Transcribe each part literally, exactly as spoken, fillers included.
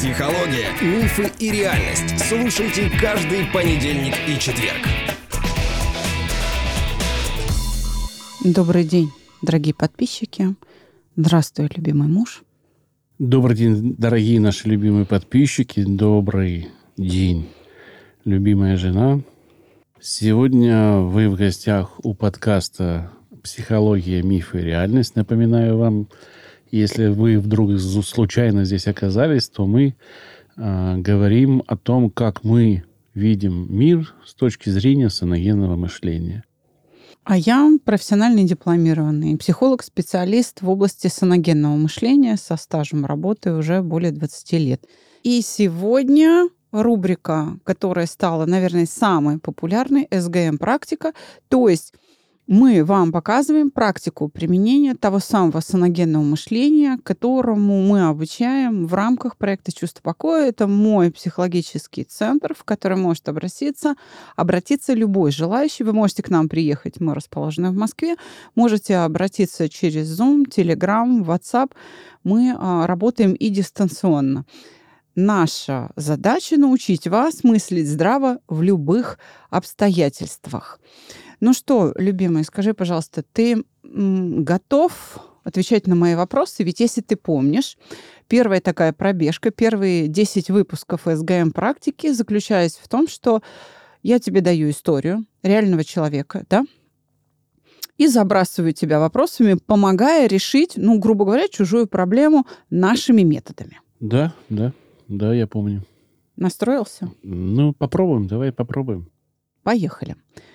Психология, мифы и реальность. Слушайте каждый понедельник и четверг. Добрый день, дорогие подписчики. Здравствуй, любимый муж. Добрый день, дорогие наши любимые подписчики. Добрый день, любимая жена. Сегодня вы в гостях у подкаста «Психология, мифы и реальность». Напоминаю вам, если вы вдруг случайно здесь оказались, то мы э, говорим о том, как мы видим мир с точки зрения саногенного мышления. А я профессиональный дипломированный психолог-специалист в области саногенного мышления со стажем работы уже более двадцати лет. И сегодня рубрика, которая стала, наверное, самой популярной, эс гэ эм-практика, то есть мы вам показываем практику применения того самого саногенного мышления, которому мы обучаем в рамках проекта «Чувство покоя». Это мой психологический центр, в который может обратиться, обратиться любой желающий. Вы можете к нам приехать, мы расположены в Москве. Можете обратиться через Zoom, Telegram, WhatsApp. Мы а, работаем и дистанционно. Наша задача — научить вас мыслить здраво в любых обстоятельствах. Ну что, любимый, скажи, пожалуйста, ты м, готов отвечать на мои вопросы? Ведь если ты помнишь, первая такая пробежка, первые десять выпусков эс гэ эм-практики заключались в том, что я тебе даю историю реального человека, да, и забрасываю тебя вопросами, помогая решить, ну, грубо говоря, чужую проблему нашими методами. Да, да, да, я помню. Настроился? Ну, попробуем, давай попробуем. Поехали.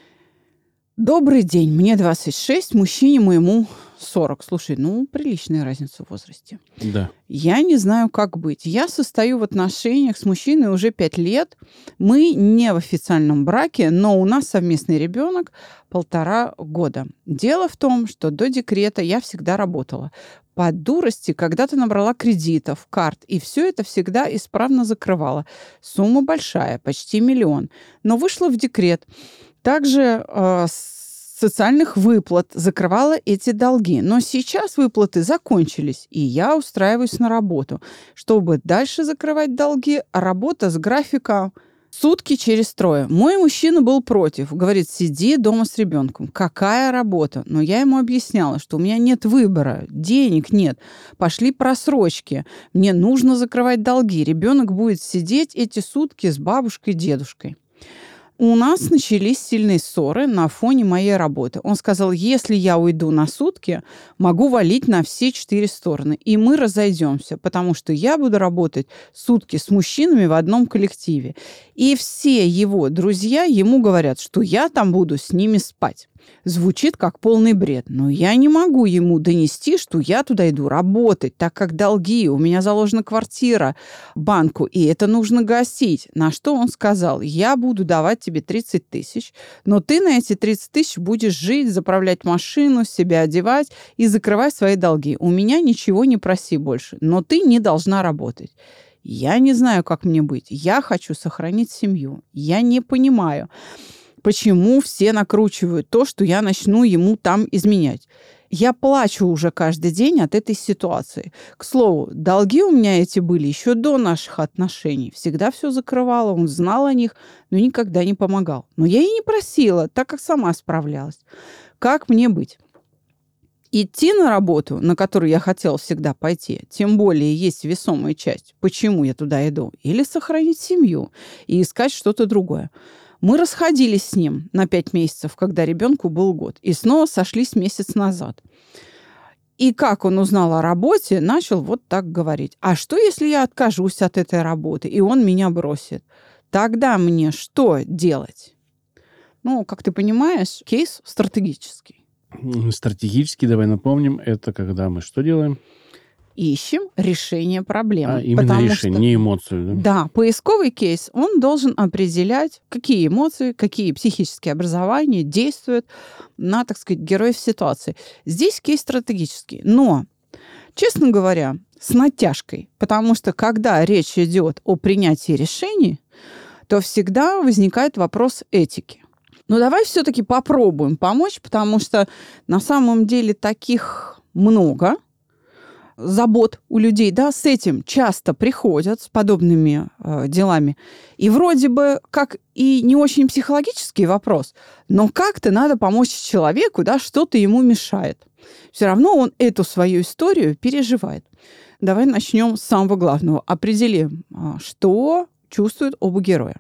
Добрый день, мне двадцать шесть, мужчине моему сорок. Слушай, ну, приличная разница в возрасте. Да. Я не знаю, как быть. Я состою в отношениях с мужчиной уже пять лет. Мы не в официальном браке, но у нас совместный ребенок полтора года. Дело в том, что до декрета я всегда работала. По дурости когда-то набрала кредитов, карт, и все это всегда исправно закрывала. Сумма большая, почти миллион. Но вышла в декрет. Также э, с социальных выплат закрывала эти долги. Но сейчас выплаты закончились, и я устраиваюсь на работу, чтобы дальше закрывать долги, а работа с графика сутки через трое. Мой мужчина был против. Говорит, сиди дома с ребенком. Какая работа? Но я ему объясняла, что у меня нет выбора, денег нет. Пошли просрочки. Мне нужно закрывать долги. Ребенок будет сидеть эти сутки с бабушкой, дедушкой. У нас начались сильные ссоры на фоне моей работы. Он сказал, если я уйду на сутки, могу валить на все четыре стороны. И мы разойдемся, потому что я буду работать сутки с мужчинами в одном коллективе. И все его друзья ему говорят, что я там буду с ними спать. Звучит как полный бред, но я не могу ему донести, что я туда иду работать, так как долги, у меня заложена квартира банку, и это нужно гасить. На что он сказал, я буду давать тебе тридцать тысяч, но ты на эти тридцать тысяч будешь жить, заправлять машину, себя одевать и закрывать свои долги. У меня ничего не проси больше, но ты не должна работать. Я не знаю, как мне быть. Я хочу сохранить семью. Я не понимаю, почему все накручивают то, что я начну ему там изменять. Я плачу уже каждый день от этой ситуации. К слову, долги у меня эти были еще до наших отношений. Всегда все закрывала, он знал о них, но никогда не помогал. Но я и не просила, так как сама справлялась. Как мне быть? Идти на работу, на которую я хотела всегда пойти, тем более есть весомая часть, почему я туда иду, или сохранить семью и искать что-то другое. Мы расходились с ним на пять месяцев, когда ребенку был год, и снова сошлись месяц назад. И как он узнал о работе, начал вот так говорить. А что, если я откажусь от этой работы, и он меня бросит? Тогда мне что делать? Ну, как ты понимаешь, кейс стратегический. Стратегически, давай напомним, это когда мы что делаем? Ищем решение проблемы. А, именно решение, что, не эмоцию. Да? Да, поисковый кейс, он должен определять, какие эмоции, какие психические образования действуют на, так сказать, героев ситуации. Здесь кейс стратегический. Но, честно говоря, с натяжкой, потому что когда речь идет о принятии решений, то всегда возникает вопрос этики. Но давай все-таки попробуем помочь, потому что на самом деле таких много. забот у людей, да, с этим часто приходят, с подобными э, делами. И вроде бы как и не очень психологический вопрос, но как-то надо помочь человеку, да, что-то ему мешает. Все равно он эту свою историю переживает. Давай начнем с самого главного. Определим, что чувствует оба героя.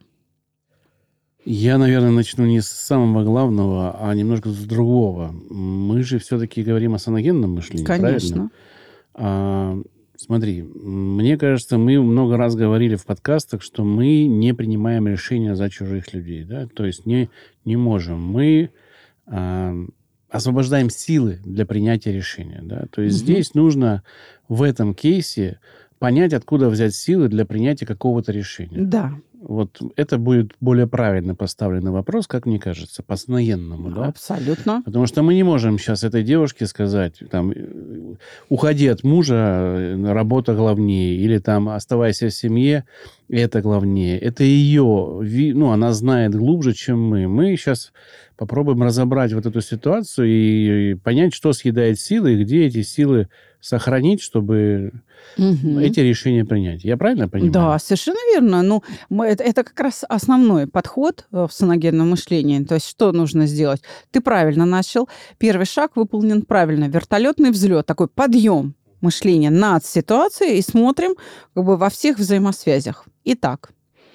Я, наверное, начну не с самого главного, а немножко с другого. Мы же все-таки говорим о саногенном мышлении, Конечно. правильно? А, смотри, мне кажется, мы много раз говорили в подкастах, что мы не принимаем решения за чужих людей, да, то есть не, не можем. Мы а, освобождаем силы для принятия решения, да, то есть Угу. здесь нужно в этом кейсе понять, откуда взять силы для принятия какого-то решения. Да. Вот это будет более правильно поставленный вопрос, как мне кажется, по саногенному, да? Абсолютно. Потому что мы не можем сейчас этой девушке сказать, там, уходи от мужа, работа главнее, или там, оставайся в семье, это главнее. Это ее, ну, она знает глубже, чем мы. Мы сейчас попробуем разобрать вот эту ситуацию и понять, что съедает силы, и где эти силы сохранить, чтобы Угу. эти решения принять. Я правильно понимаю? Да, совершенно верно. Ну, мы, это, это как раз основной подход в саногенном мышлении. То есть что нужно сделать? Ты правильно начал. Первый шаг выполнен правильно. Вертолетный взлет, такой подъем мышления над ситуацией, и смотрим как бы во всех взаимосвязях. Итак.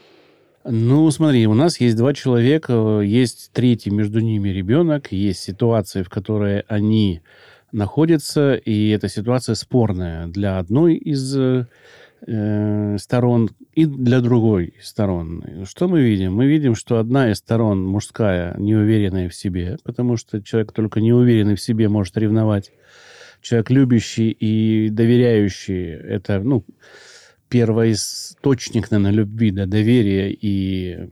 Ну, смотри, у нас есть два человека, есть третий между ними ребенок, есть ситуации, в которой они находятся, и эта ситуация спорная для одной из э, сторон и для другой сторон. Что мы видим? Мы видим, что одна из сторон мужская, неуверенная в себе, потому что человек только неуверенный в себе может ревновать. Человек любящий и доверяющий, это, ну, первоисточник, наверное, любви, да, доверия и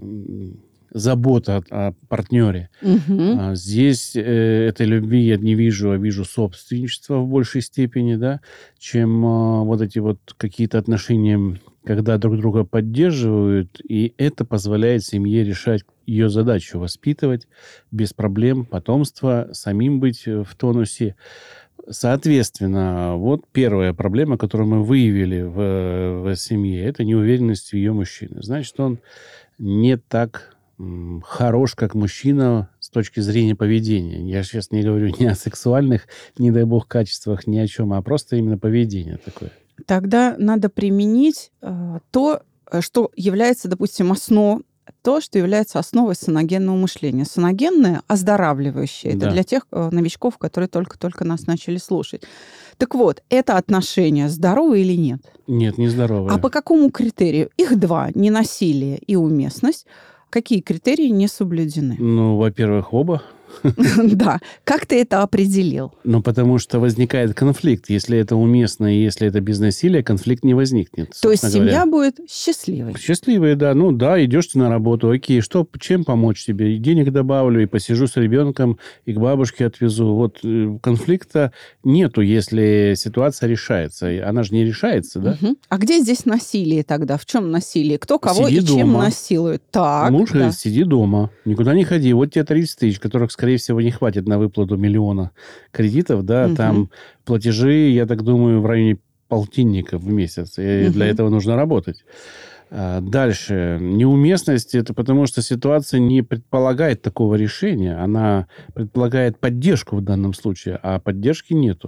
забота о, о партнере. Угу. А здесь э, этой любви я не вижу, а вижу собственничество в большей степени, да, чем э, вот эти вот какие-то отношения, когда друг друга поддерживают, и это позволяет семье решать ее задачу, воспитывать без проблем потомство, самим быть в тонусе. Соответственно, вот первая проблема, которую мы выявили в, в семье, это неуверенность в ее мужчине. Значит, он не так м, хорош, как мужчина с точки зрения поведения. Я сейчас не говорю ни о сексуальных, не дай бог, качествах, ни о чем, а просто именно поведение такое. Тогда надо применить э, то, что является, допустим, основой, то, что является основой саногенного мышления. Саногенное – оздоравливающее. Это Да. для тех э, новичков, которые только-только нас начали слушать. Так вот, это отношения здоровые или нет? Нет, нездоровое. А по какому критерию? Их два – ненасилие и уместность. Какие критерии не соблюдены? Ну, во-первых, оба. Да. Как ты это определил? Ну, потому что возникает конфликт. Если это уместно и если это без насилия, конфликт не возникнет. То есть собственно семья говоря. будет счастливой. Счастливые, да. Ну, да, идешь ты на работу, окей, что, чем помочь тебе? И денег добавлю, и посижу с ребенком, и к бабушке отвезу. Вот э, конфликта нету, если ситуация решается. И она же не решается, да? Мгм. А где здесь насилие тогда? В чем насилие? Кто кого Сиди и чем дома. насилует? Так, Муж да. говорит, сиди дома, никуда не ходи. Вот тебе тридцать тысяч, которых, скорее всего, не хватит на выплату миллиона кредитов, да, Мгм. там платежи, я так думаю, в районе полтинника в месяц. И для Мгм. этого нужно работать. А, Дальше. Неуместность, это потому что ситуация не предполагает такого решения. Она предполагает поддержку в данном случае, а поддержки нету.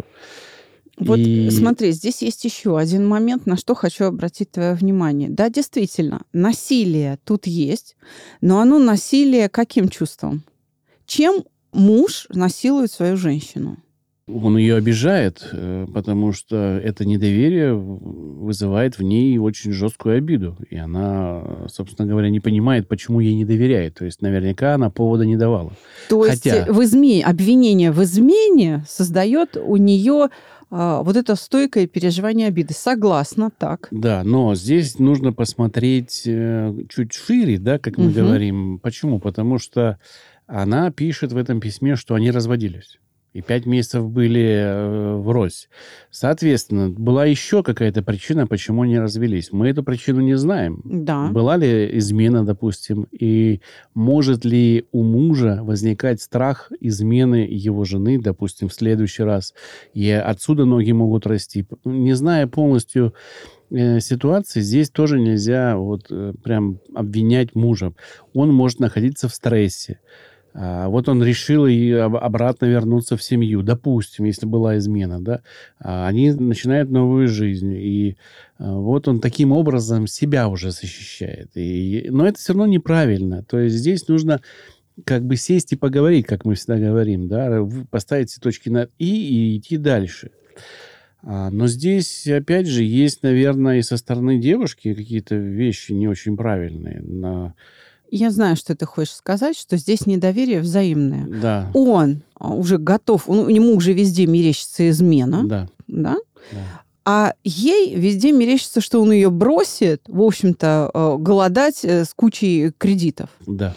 Вот И- смотри, здесь есть еще один момент, на что хочу обратить твое внимание. Да, действительно, насилие тут есть, но оно насилие каким чувством? Чем муж насилует свою женщину? Он ее обижает, э, потому что это недоверие вызывает в ней очень жесткую обиду. И она, собственно говоря, не понимает, почему ей не доверяет. То есть, наверняка, она повода не давала. То есть Хотя- в изме... обвинение в измене создает у нее а, вот это стойкое переживание обиды. Согласна, так. Да, но здесь нужно посмотреть э, чуть шире, да, как мы Мгм. говорим. Почему? Потому что она пишет в этом письме, что они разводились. И пять месяцев были э, врозь. Соответственно, была еще какая-то причина, почему они развелись. Мы эту причину не знаем. Да. Была ли измена, допустим, и может ли у мужа возникать страх измены его жены, допустим, в следующий раз. И отсюда ноги могут расти. Не зная полностью э, ситуации, здесь тоже нельзя вот э, прям обвинять мужа. Он может находиться в стрессе. А вот он решил и об- обратно вернуться в семью, допустим, если была измена, да, А они начинают новую жизнь, и а, вот он таким образом себя уже защищает. И, но это все равно неправильно. То есть здесь нужно как бы сесть и поговорить, как мы всегда говорим, да, в- поставить все точки над «и» и идти дальше. А, Но здесь, опять же, есть, наверное, и со стороны девушки какие-то вещи не очень правильные. На... Я знаю, что ты хочешь сказать, что здесь недоверие взаимное. Да, Он а, уже готов, он- ему уже везде мерещится измена, да, да? да. А ей везде мерещится, что он ее бросит, в общем-то, э, голодать э, с кучей кредитов. Да.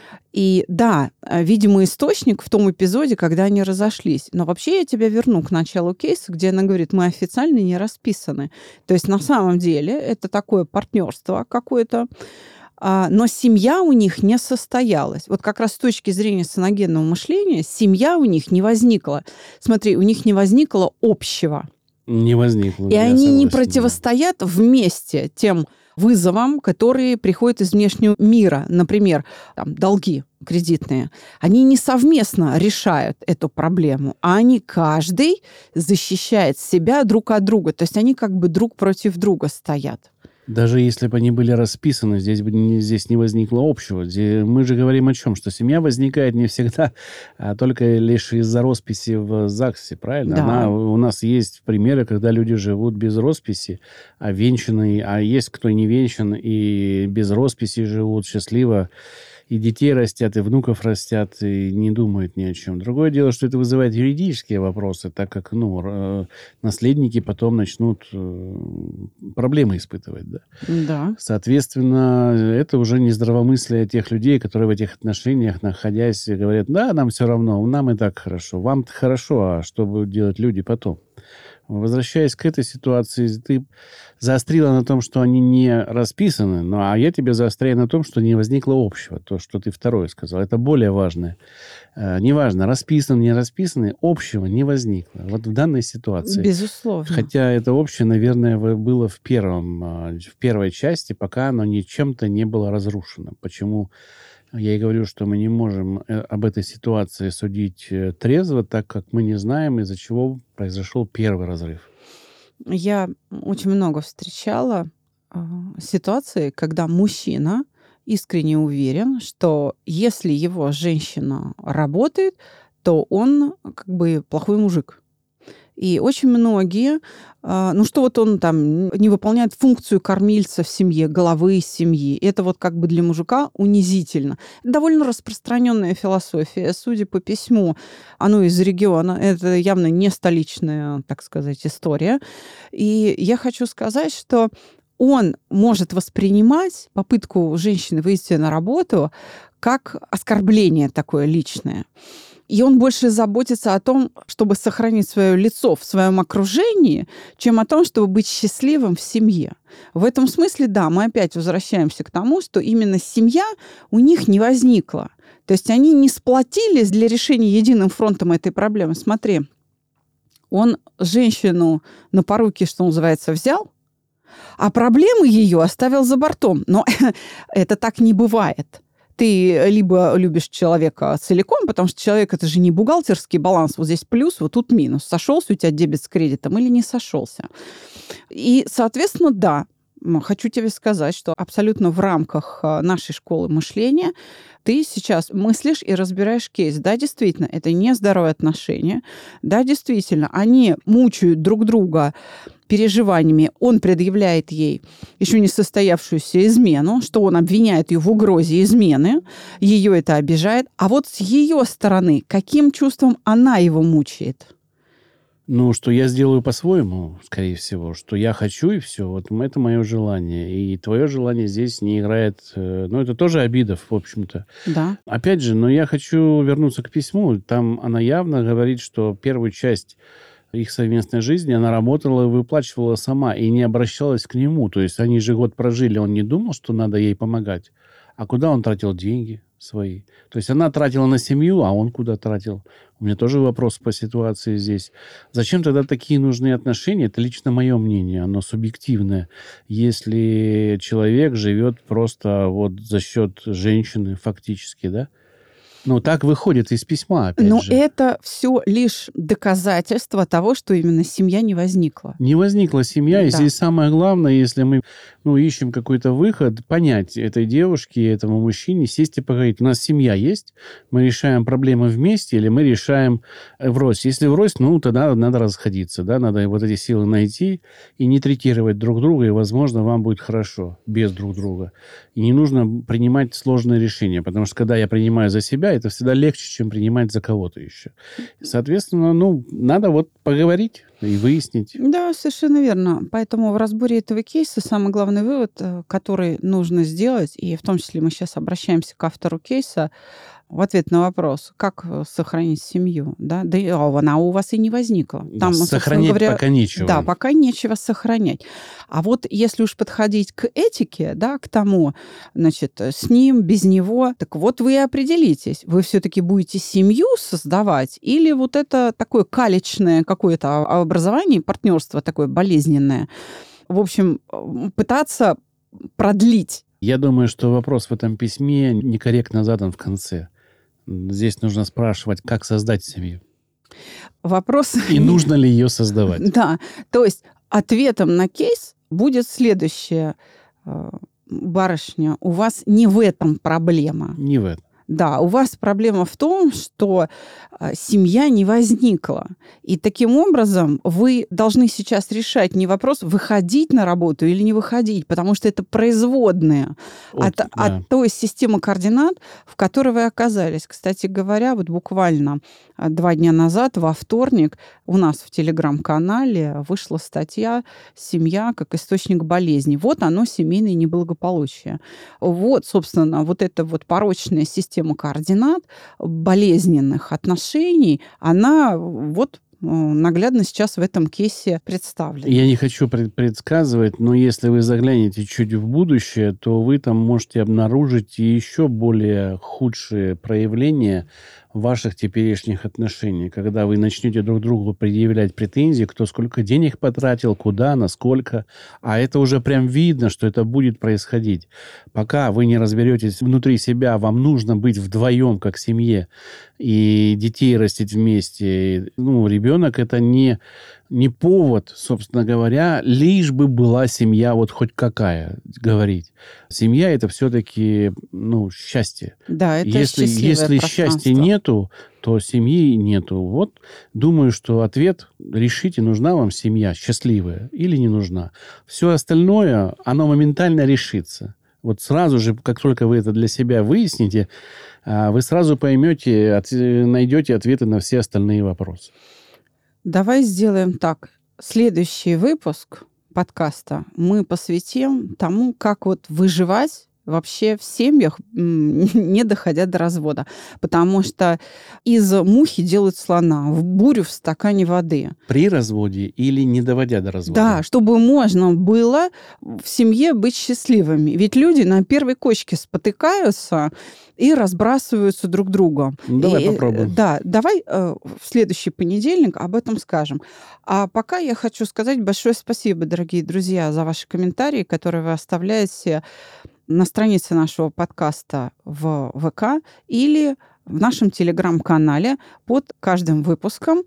И да, э, видимый источник в том эпизоде, когда они разошлись. Но вообще я тебя верну к началу кейса, где она говорит, мы официально не расписаны. То есть на самом деле это такое партнерство какое-то, а, но семья у них не состоялась. Вот как раз с точки зрения саногенного мышления семья у них не возникла. Смотри, у них не возникло общего. Не возникло. И я они не согласен, да. противостоят вместе тем вызовам, которые приходят из внешнего мира. Например, там, долги кредитные. Они не совместно решают эту проблему, а они каждый защищает себя друг от друга. То есть они как бы друг против друга стоят. Даже если бы они были расписаны, здесь бы не, здесь не возникло общего. Здесь мы же говорим о чем? Что семья возникает не всегда, а только лишь из-за росписи в ЗАГСе, правильно? Да. Она, у нас есть примеры, когда люди живут без росписи, а венчанные, а есть кто не венчан и без росписи живут счастливо, и детей растят, и внуков растят, и не думают ни о чем. Другое дело, что это вызывает юридические вопросы, так как ну, р- наследники потом начнут э, проблемы испытывать. Да. Да. Соответственно, это уже не здравомыслие тех людей, которые в этих отношениях, находясь, говорят, да, нам все равно, нам и так хорошо. Вам-то хорошо, а что будут делать люди потом? Возвращаясь к этой ситуации, ты заострила на том, что они не расписаны, ну, а я тебе заостряю на том, что не возникло общего. То, что ты второе сказал. Это более важное. Э, неважно, расписан, не расписаны, общего не возникло. Вот в данной ситуации. Безусловно. Хотя это общее, наверное, в- было в, первом, э, в первой части, пока оно ни чем-то не было разрушено. Почему я и говорю, что мы не можем э, об этой ситуации судить э, трезво, так как мы не знаем, из-за чего произошел первый разрыв. Я очень много встречала а, ситуаций, когда мужчина искренне уверен, что если его женщина работает, то он как бы плохой мужик. И очень многие, а, ну что вот он там не выполняет функцию кормильца в семье, головы семьи. Это вот как бы для мужика унизительно. Довольно распространенная философия. Судя по письму, оно из региона. Это явно не столичная, так сказать, история. И я хочу сказать, что он может воспринимать попытку женщины выйти на работу как оскорбление такое личное. И он больше заботится о том, чтобы сохранить свое лицо в своем окружении, чем о том, чтобы быть счастливым в семье. В этом смысле, да, мы опять возвращаемся к тому, что именно семья у них не возникла. То есть они не сплотились для решения единым фронтом этой проблемы. Смотри, он женщину на поруки, что называется, взял, а проблемы ее оставил за бортом. Но это так не бывает. Ты либо любишь человека целиком, потому что человек – это же не бухгалтерский баланс. Вот здесь плюс, вот тут минус. Сошелся у тебя дебет с кредитом или не сошелся. И, соответственно, да, хочу тебе сказать, что абсолютно в рамках нашей школы мышления ты сейчас мыслишь и разбираешь кейс. Да, действительно, это нездоровые отношения. Да, действительно, они мучают друг друга переживаниями. Он предъявляет ей еще не состоявшуюся измену, что он обвиняет ее в угрозе измены. Ее это обижает. А вот с ее стороны, каким чувством она его мучает? Ну, что я сделаю по-своему, скорее всего, что я хочу, и все. Вот это мое желание. И твое желание здесь не играет... э, Ну, это тоже обида, в общем-то. Да. Опять же, но я хочу вернуться к письму. Там она явно говорит, что первую часть их совместной жизни она работала и выплачивала сама, и не обращалась к нему. То есть они же год прожили, он не думал, что надо ей помогать. А куда он тратил деньги свои? То есть она тратила на семью, а он куда тратил? У меня тоже вопрос по ситуации здесь. Зачем тогда такие нужны отношения? Это лично мое мнение, оно субъективное. Если человек живет просто вот за счет женщины фактически, да? Ну, так выходит из письма, опять Но же. это все лишь доказательство того, что именно семья не возникла. Не возникла семья, и Да. здесь самое главное, если мы ну, ищем какой-то выход, понять этой девушке, этому мужчине, сесть и поговорить. У нас семья есть, мы решаем проблемы вместе или мы решаем врозь. Если врозь, ну, тогда надо расходиться, да, надо вот эти силы найти и не третировать друг друга, и, возможно, вам будет хорошо без друг друга. И не нужно принимать сложные решения, потому что, когда я принимаю за себя, это всегда легче, чем принимать за кого-то еще. Соответственно, ну, надо вот поговорить и выяснить. Да, совершенно верно. Поэтому в разборе этого кейса самый главный вывод, э, который нужно сделать, и в том числе мы сейчас обращаемся к автору кейса, в ответ на вопрос, как э, сохранить семью, да, да и, а, она у вас и не возникла. Да, Там, собственно сохранять говоря, пока нечего. да, пока нечего сохранять. А вот если уж подходить к этике, да, к тому, значит, э, с ним, без него, так вот вы и определитесь, вы все-таки будете семью создавать или вот это такое калечное какое-то а- образование, партнерство такое болезненное, в общем, э, пытаться продлить. Я думаю, что вопрос в этом письме некорректно задан в конце. Здесь нужно спрашивать, как создать семью. Вопрос... И нужно ли ее создавать. Да, то есть ответом на кейс будет следующее. Э, Барышня, у вас не в этом проблема. Не в этом. Да, у вас проблема в том, что э, семья не возникла. И таким образом вы должны сейчас решать не вопрос, выходить на работу или не выходить, потому что это производные От, от, да. от той системы координат, в которой вы оказались. Кстати говоря, вот буквально э, два дня назад, во вторник, у нас в телеграм-канале вышла статья «Семья как источник болезни». Вот оно, семейное неблагополучие. Вот, собственно, вот эта вот порочная система координат болезненных отношений, она вот э, наглядно сейчас в этом кейсе представлена. Я не хочу пред- предсказывать, но если вы заглянете чуть в будущее, то вы там можете обнаружить еще более худшие проявления ваших теперешних отношений, когда вы начнете друг другу предъявлять претензии, кто сколько денег потратил, куда, насколько. А это уже прям видно, что это будет происходить. Пока вы не разберетесь внутри себя, вам нужно быть вдвоем, как семье, и детей растить вместе. Ну, ребенок это не, не повод, собственно говоря, лишь бы была семья вот хоть какая, говорить. Семья это все-таки, ну, счастье. Да, это Если, счастливое если пространство. счастья нету, то семьи нету. Вот думаю, что ответ решите, нужна вам семья счастливая или не нужна. Все остальное, оно моментально решится. Вот сразу же, как только вы это для себя выясните, а, вы сразу поймете, от- найдете ответы на все остальные вопросы. Давай сделаем так. Следующий выпуск подкаста мы посвятим тому, как вот выживать вообще в семьях, м, не доходя до развода. Потому что из мухи делают слона, в бурю в стакане воды. При разводе или не доводя до развода? Да, чтобы можно было в семье быть счастливыми. Ведь люди на первой кочке спотыкаются и разбрасываются друг другом. Ну, давай И, э, попробуем. Да, давай э, в следующий понедельник об этом скажем. А пока я хочу сказать большое спасибо, дорогие друзья, за ваши комментарии, которые вы оставляете на странице нашего подкаста в ВК или в нашем телеграм-канале под каждым выпуском.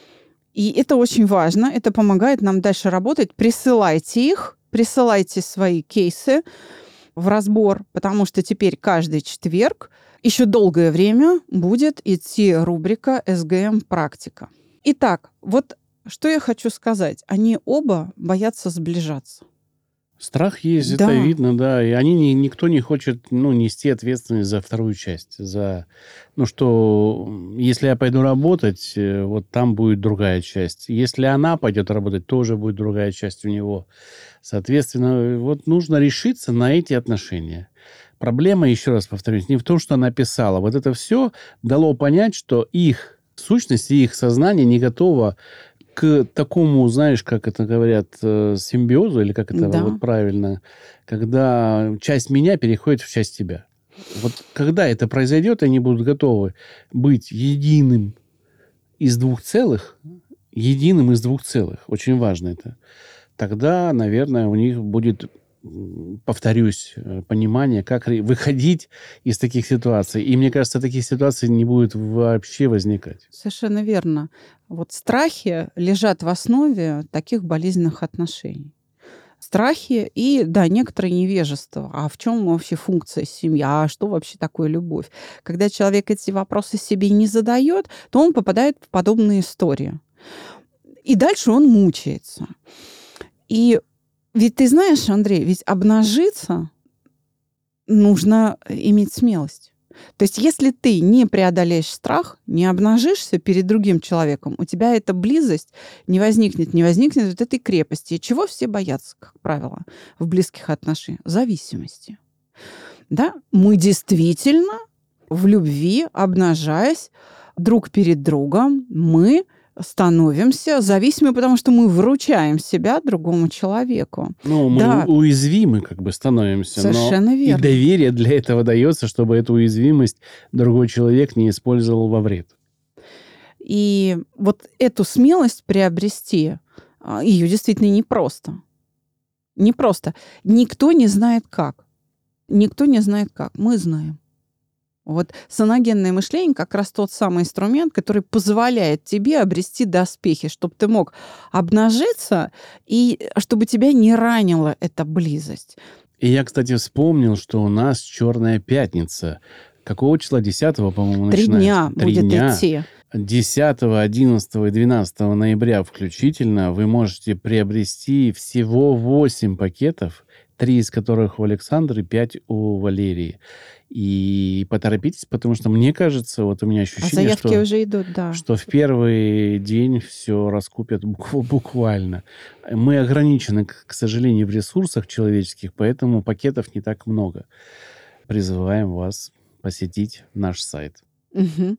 И это очень важно, это помогает нам дальше работать. Присылайте их, присылайте свои кейсы в разбор, потому что теперь каждый четверг еще долгое время будет идти рубрика «эс гэ эм Практика». Итак, вот что я хочу сказать. Они оба боятся сближаться. Страх есть, Да. это видно, да. И они не, никто не хочет, ну, нести ответственность за вторую часть. За, ну, что м, если я пойду работать, э, вот там будет другая часть. Если она пойдет работать, тоже будет другая часть у него. Соответственно, вот нужно решиться на эти отношения. Проблема, еще раз повторюсь, не в том, что она писала. Вот это все дало понять, что их сущность и их сознание не готово к такому, знаешь, как это говорят, э, симбиозу, или как это Да. вот правильно, когда часть меня переходит в часть тебя. Вот когда это произойдет, они будут готовы быть единым из двух целых, единым из двух целых. Очень важно это. Тогда, наверное, у них будет, м, повторюсь, э, понимание, как ре- выходить из таких ситуаций. И мне кажется, таких ситуаций не будет вообще возникать. Совершенно верно. Вот страхи лежат в основе таких болезненных отношений. Страхи и, да, некоторое невежество. А в чем вообще функция семьи? А что вообще такое любовь? Когда человек эти вопросы себе не задает, то он попадает в подобные истории. И дальше он мучается. И ведь ты знаешь, Андрей, ведь обнажиться нужно иметь смелость. То есть если ты не преодолеешь страх, не обнажишься перед другим человеком, у тебя эта близость не возникнет, не возникнет вот этой крепости. И чего все боятся, как правило, в близких отношениях? Зависимости. Да? Мы действительно в любви, обнажаясь друг перед другом, мы становимся зависимы, потому что мы вручаем себя другому человеку. Ну, мы Да. у- уязвимы как бы становимся, Совершенно но и верно. доверие для этого дается, чтобы эту уязвимость другой человек не использовал во вред. И вот эту смелость приобрести, а, ее действительно непросто. Непросто. Никто не знает как. Никто не знает как. Мы знаем. Вот саногенное мышление как раз тот самый инструмент, который позволяет тебе обрести доспехи, чтобы ты мог обнажиться и чтобы тебя не ранила эта близость. И я, кстати, вспомнил, что у нас Черная пятница. Какого числа? десятого, по-моему, Три начинается. дня Три будет дня. идти. десятого, одиннадцатого и двенадцатого ноября включительно вы можете приобрести всего восемь пакетов, три из которых у Александры, пять у Валерии. И поторопитесь, потому что мне кажется, вот у меня А ощущение, заявки что, уже идут, да. что в первый день все раскупят букв- буквально. Мы ограничены, к к сожалению, в ресурсах человеческих, поэтому пакетов не так много. Призываем вас посетить наш сайт. Мгм.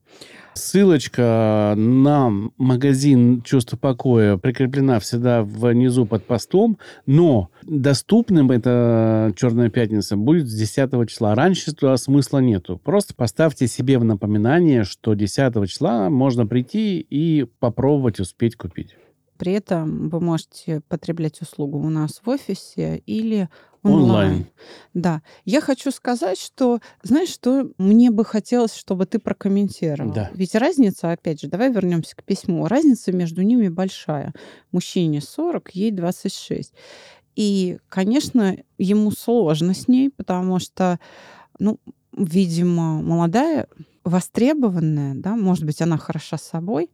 Ссылочка на магазин «Чувство покоя» прикреплена всегда внизу под постом, но доступным эта «Черная пятница» будет с десятого числа. Раньше туда смысла нету. Просто поставьте себе в напоминание, что десятого числа можно прийти и попробовать успеть купить. При этом вы можете потреблять услугу у нас в офисе или онлайн. Онлайн. Да. Я хочу сказать, что, знаешь, что мне бы хотелось, чтобы ты прокомментировал. Да. Ведь разница, опять же, давай вернемся к письму. Разница между ними большая. Мужчине сорок, ей двадцать шесть. И, конечно, ему сложно с ней, потому что, ну, видимо, молодая, востребованная, да, может быть, она хороша собой,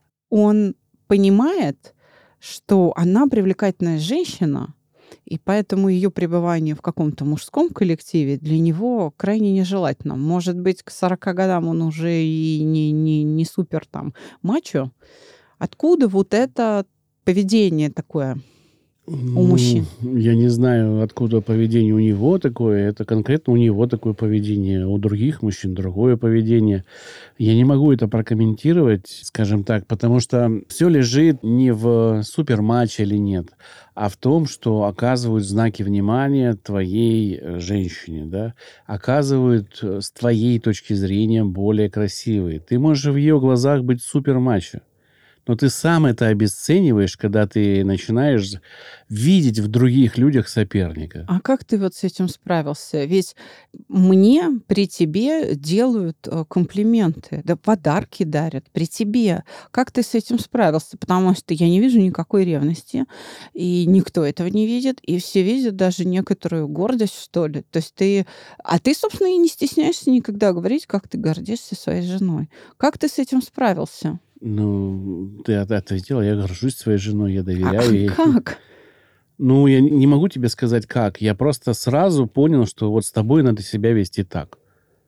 он понимает, что она привлекательная женщина, и поэтому ее пребывание в каком-то мужском коллективе для него крайне нежелательно. Может быть, к сорока годам он уже и не, не, не супер там мачо. Откуда вот это поведение такое у мужчин? Ну, я не знаю, откуда поведение у него такое. Это конкретно у него такое поведение. У других мужчин другое поведение. Я не могу это прокомментировать, скажем так, потому что все лежит не в суперматче или нет, а в том, что оказывают знаки внимания твоей э, женщине, да, оказывают э, с твоей точки зрения более красивые. Ты можешь в ее глазах быть супермачо, но ты сам это обесцениваешь, когда ты начинаешь видеть в других людях соперника. А как ты вот с этим справился? Ведь мне при тебе делают э, комплименты, да подарки дарят при тебе. Как ты с этим справился? Потому что я не вижу никакой ревности, и никто этого не видит, и все видят даже некоторую гордость, что ли. То есть ты... А ты, собственно, и не стесняешься никогда говорить, как ты гордишься своей женой. Как ты с этим справился? Ну, ты от- ответила, я горжусь своей женой, я А доверяю ей. как? Ну, я не могу тебе сказать, как. Я просто сразу понял, что вот с тобой надо себя вести так.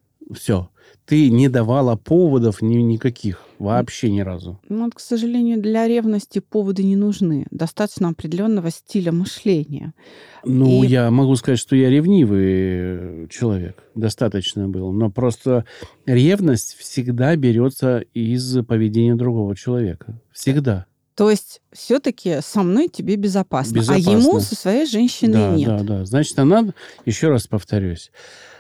Все. Ты не давала поводов ни, никаких. Вообще ни разу. Ну, вот, к сожалению, для ревности поводы не нужны. Достаточно определенного стиля мышления. Ну, И я могу сказать, что я ревнивый человек. Достаточно был. Но просто ревность всегда берется из поведения другого человека. Всегда. то есть все-таки со мной тебе безопасно, а ему Безопасно. со своей женщиной Да, нет. да, да. Значит, она, еще раз повторюсь,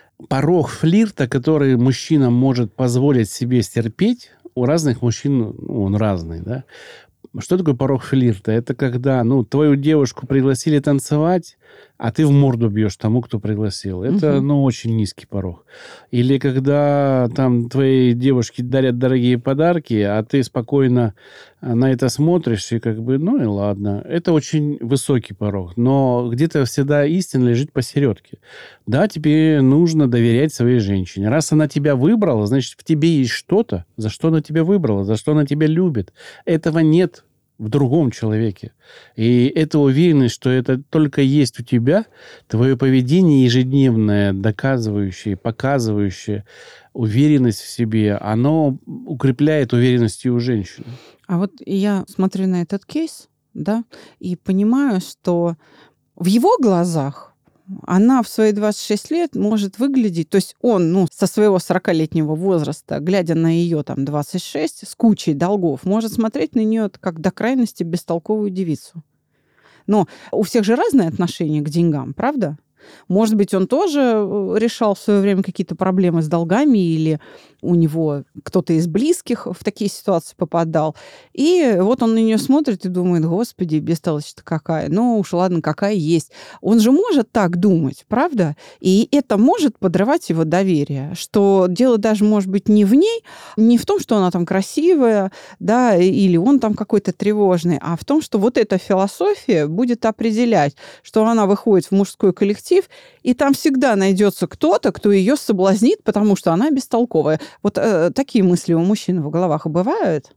порог флирта, который мужчина может позволить себе стерпеть, у разных мужчин, ну, он разный, да. Что такое порог флирта? Это когда, ну, твою девушку пригласили танцевать, а ты в морду бьешь тому, кто пригласил. Это, Мгм. ну, очень низкий порог. Или когда там твоей девушке дарят дорогие подарки, а ты спокойно на это смотришь и как бы, ну и ладно. Это очень высокий порог. Но где-то всегда истина лежит посередке. Да, тебе нужно доверять своей женщине. Раз она тебя выбрала, значит, в тебе есть что-то, за что она тебя выбрала, за что она тебя любит. Этого нет в другом человеке. И эта уверенность, что это только есть у тебя, твое поведение ежедневное, доказывающее, показывающее уверенность в себе, оно укрепляет уверенность и у женщины. А вот я смотрю на этот кейс, да, и понимаю, что в его глазах она в свои двадцать шесть лет может выглядеть, то есть он, ну, со своего сорокалетнего возраста, глядя на ее там двадцать шесть, с кучей долгов, может смотреть на нее как до крайности бестолковую девицу. Но у всех же разные отношения к деньгам, правда? Может быть, он тоже решал в свое время какие-то проблемы с долгами, или у него кто-то из близких в такие ситуации попадал. И вот он на нее смотрит и думает: господи, бестолочь-то какая. Ну уж ладно, какая есть. Он же может так думать, правда? И это может подрывать его доверие. Что дело даже может быть не в ней, не в том, что она там красивая, да, или он там какой-то тревожный, а в том, что вот эта философия будет определять, что она выходит в мужской коллектив, и там всегда найдется кто-то, кто ее соблазнит, потому что она бестолковая. Вот э, такие мысли у мужчин в головах бывают?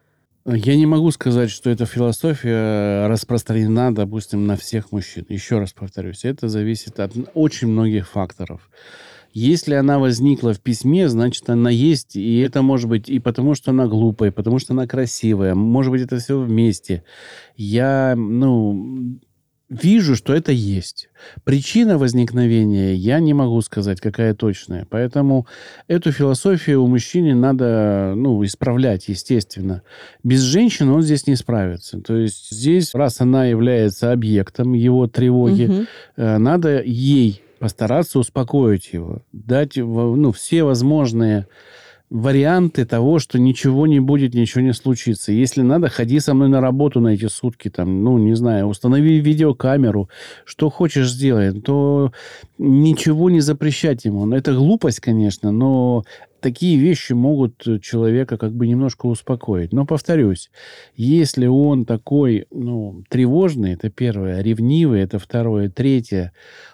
Я не могу сказать, что эта философия распространена, допустим, на всех мужчин. Еще раз повторюсь, это зависит от очень многих факторов. Если она возникла в письме, значит, она есть, и это может быть и потому, что она глупая, и потому, что она красивая. Может быть, это все вместе. Я, ну, вижу, что это есть. Причина возникновения я не могу сказать, какая точная. Поэтому эту философию у мужчины надо, ну, исправлять, естественно. Без женщины он здесь не справится. То есть здесь, раз она является объектом его тревоги, Мгм. э, надо ей постараться успокоить его, дать, во- ну, все возможные варианты того, что ничего не будет, ничего не случится. Если надо, ходи со мной на работу на эти сутки, там, ну, не знаю, установи видеокамеру, что хочешь сделай, то ничего не запрещать ему. Ну, это глупость, конечно, но такие вещи могут человека как бы немножко успокоить. Но, повторюсь, если он такой, ну, тревожный, это первое, ревнивый, это второе, третье,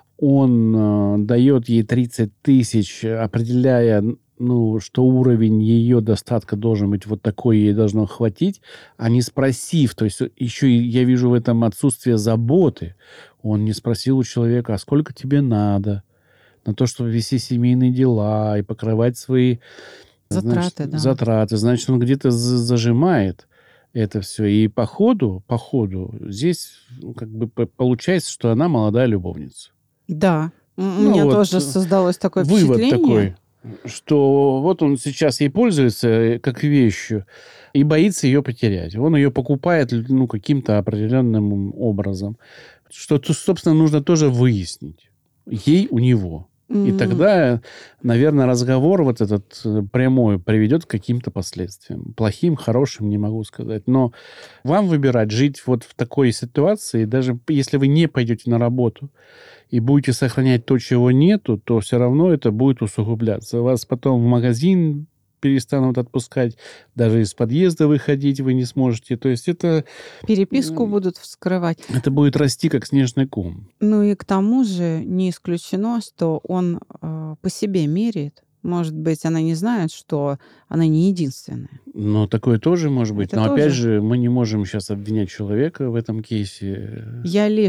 он э, дает ей тридцать тысяч, определяя, ну, что уровень ее достатка должен быть вот такой, ей должно хватить, а не спросив. То есть еще и я вижу в этом отсутствие заботы. Он не спросил у человека, а сколько тебе надо на то, чтобы вести семейные дела и покрывать свои, значит, Затраты, да. затраты. Значит, он где-то за- зажимает это все. И по ходу, по ходу здесь, ну, как бы п- получается, что она молодая любовница. Да. М, У Ну, меня вот тоже э, создалось такое вывод впечатление. такой, что вот он сейчас ей пользуется э, как вещью и боится ее потерять. Он ее покупает, ну, каким-то определенным образом. Что, то, собственно, нужно тоже выяснить. Ей у него. И М, тогда, наверное, разговор вот этот э, прямой приведет к каким-то последствиям. Плохим, хорошим, не могу сказать. Но вам выбирать, жить вот в такой ситуации, даже если вы не пойдете на работу и будете сохранять то, чего нету, то все равно это будет усугубляться. Вас потом в магазин перестанут отпускать, даже из подъезда выходить вы не сможете. То есть это, Переписку м, будут вскрывать. это будет расти как снежный ком. Ну и к тому же не исключено, что он э, по себе меряет. Может быть, она не знает, что она не единственная. Но такое тоже может быть. Это Но опять тоже. же, мы не можем сейчас обвинять человека в этом кейсе. Я лишь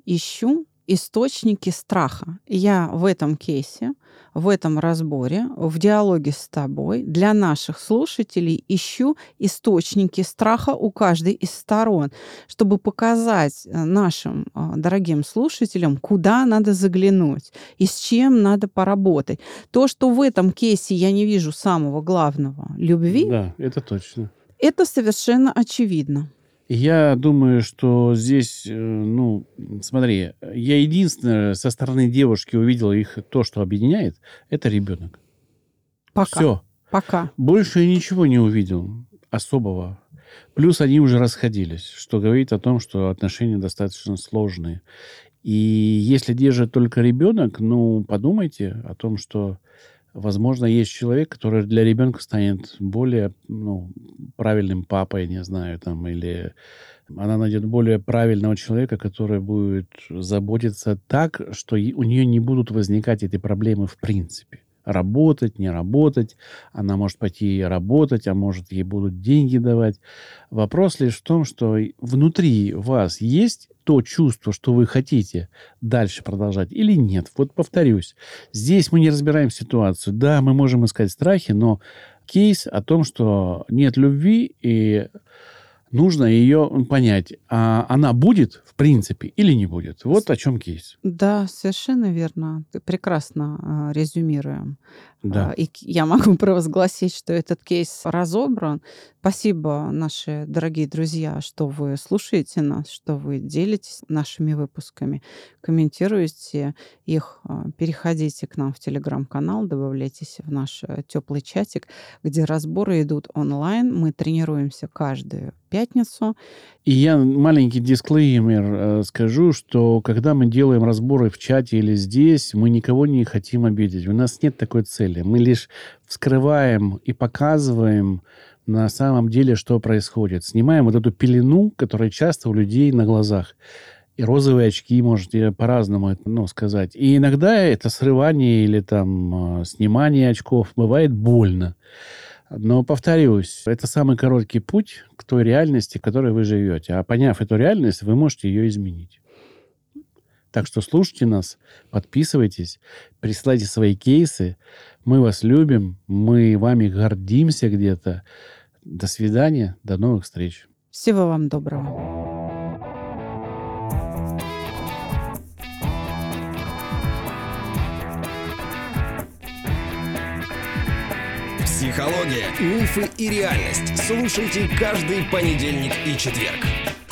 ищу источники страха. Я в этом кейсе, в этом разборе, в диалоге с тобой для наших слушателей ищу источники страха у каждой из сторон, чтобы показать нашим дорогим слушателям, куда надо заглянуть и с чем надо поработать. То, что в этом кейсе я не вижу самого главного — любви, Да, это точно. это совершенно очевидно. Я думаю, что здесь, ну, смотри, я единственное со стороны девушки увидел их то, что объединяет, это ребенок. Пока. Все. Пока. Больше я ничего не увидел особого. Плюс они уже расходились, что говорит о том, что отношения достаточно сложные. И если держит только ребенок, ну, подумайте о том, что, возможно, есть человек, который для ребенка станет более, ну, правильным папой, не знаю, там, или она найдет более правильного человека, который будет заботиться так, что у нее не будут возникать эти проблемы в принципе. Работать, не работать. Она может пойти работать, а может, ей будут деньги давать. Вопрос лишь в том, что внутри вас есть то чувство, что вы хотите дальше продолжать или нет. Вот повторюсь, здесь мы не разбираем ситуацию. Да, мы можем искать страхи, но кейс о том, что нет любви и нужно ее понять, а она будет, в принципе, или не будет. Вот о чем кейс. Да, совершенно верно. Ты прекрасно э, резюмируем. Да. И я могу провозгласить, что этот кейс разобран. Спасибо, наши дорогие друзья, что вы слушаете нас, что вы делитесь нашими выпусками, комментируете их, переходите к нам в телеграм-канал, добавляйтесь в наш теплый чатик, где разборы идут онлайн. Мы тренируемся каждую пятницу. И я маленький дисклеймер э, скажу, что когда мы делаем разборы в чате или здесь, мы никого не хотим обидеть. У нас нет такой цели. Мы лишь вскрываем и показываем на самом деле, что происходит. Снимаем вот эту пелену, которая часто у людей на глазах. И розовые очки, можете по-разному это, ну, сказать. И иногда это срывание или там снимание очков бывает больно. Но, повторюсь, это самый короткий путь к той реальности, в которой вы живете. А поняв эту реальность, вы можете ее изменить. Так что слушайте нас, подписывайтесь, присылайте свои кейсы. Мы вас любим, мы вами гордимся где-то. До свидания, до новых встреч. Всего вам доброго. Психология, мифы и реальность. Слушайте каждый понедельник и четверг.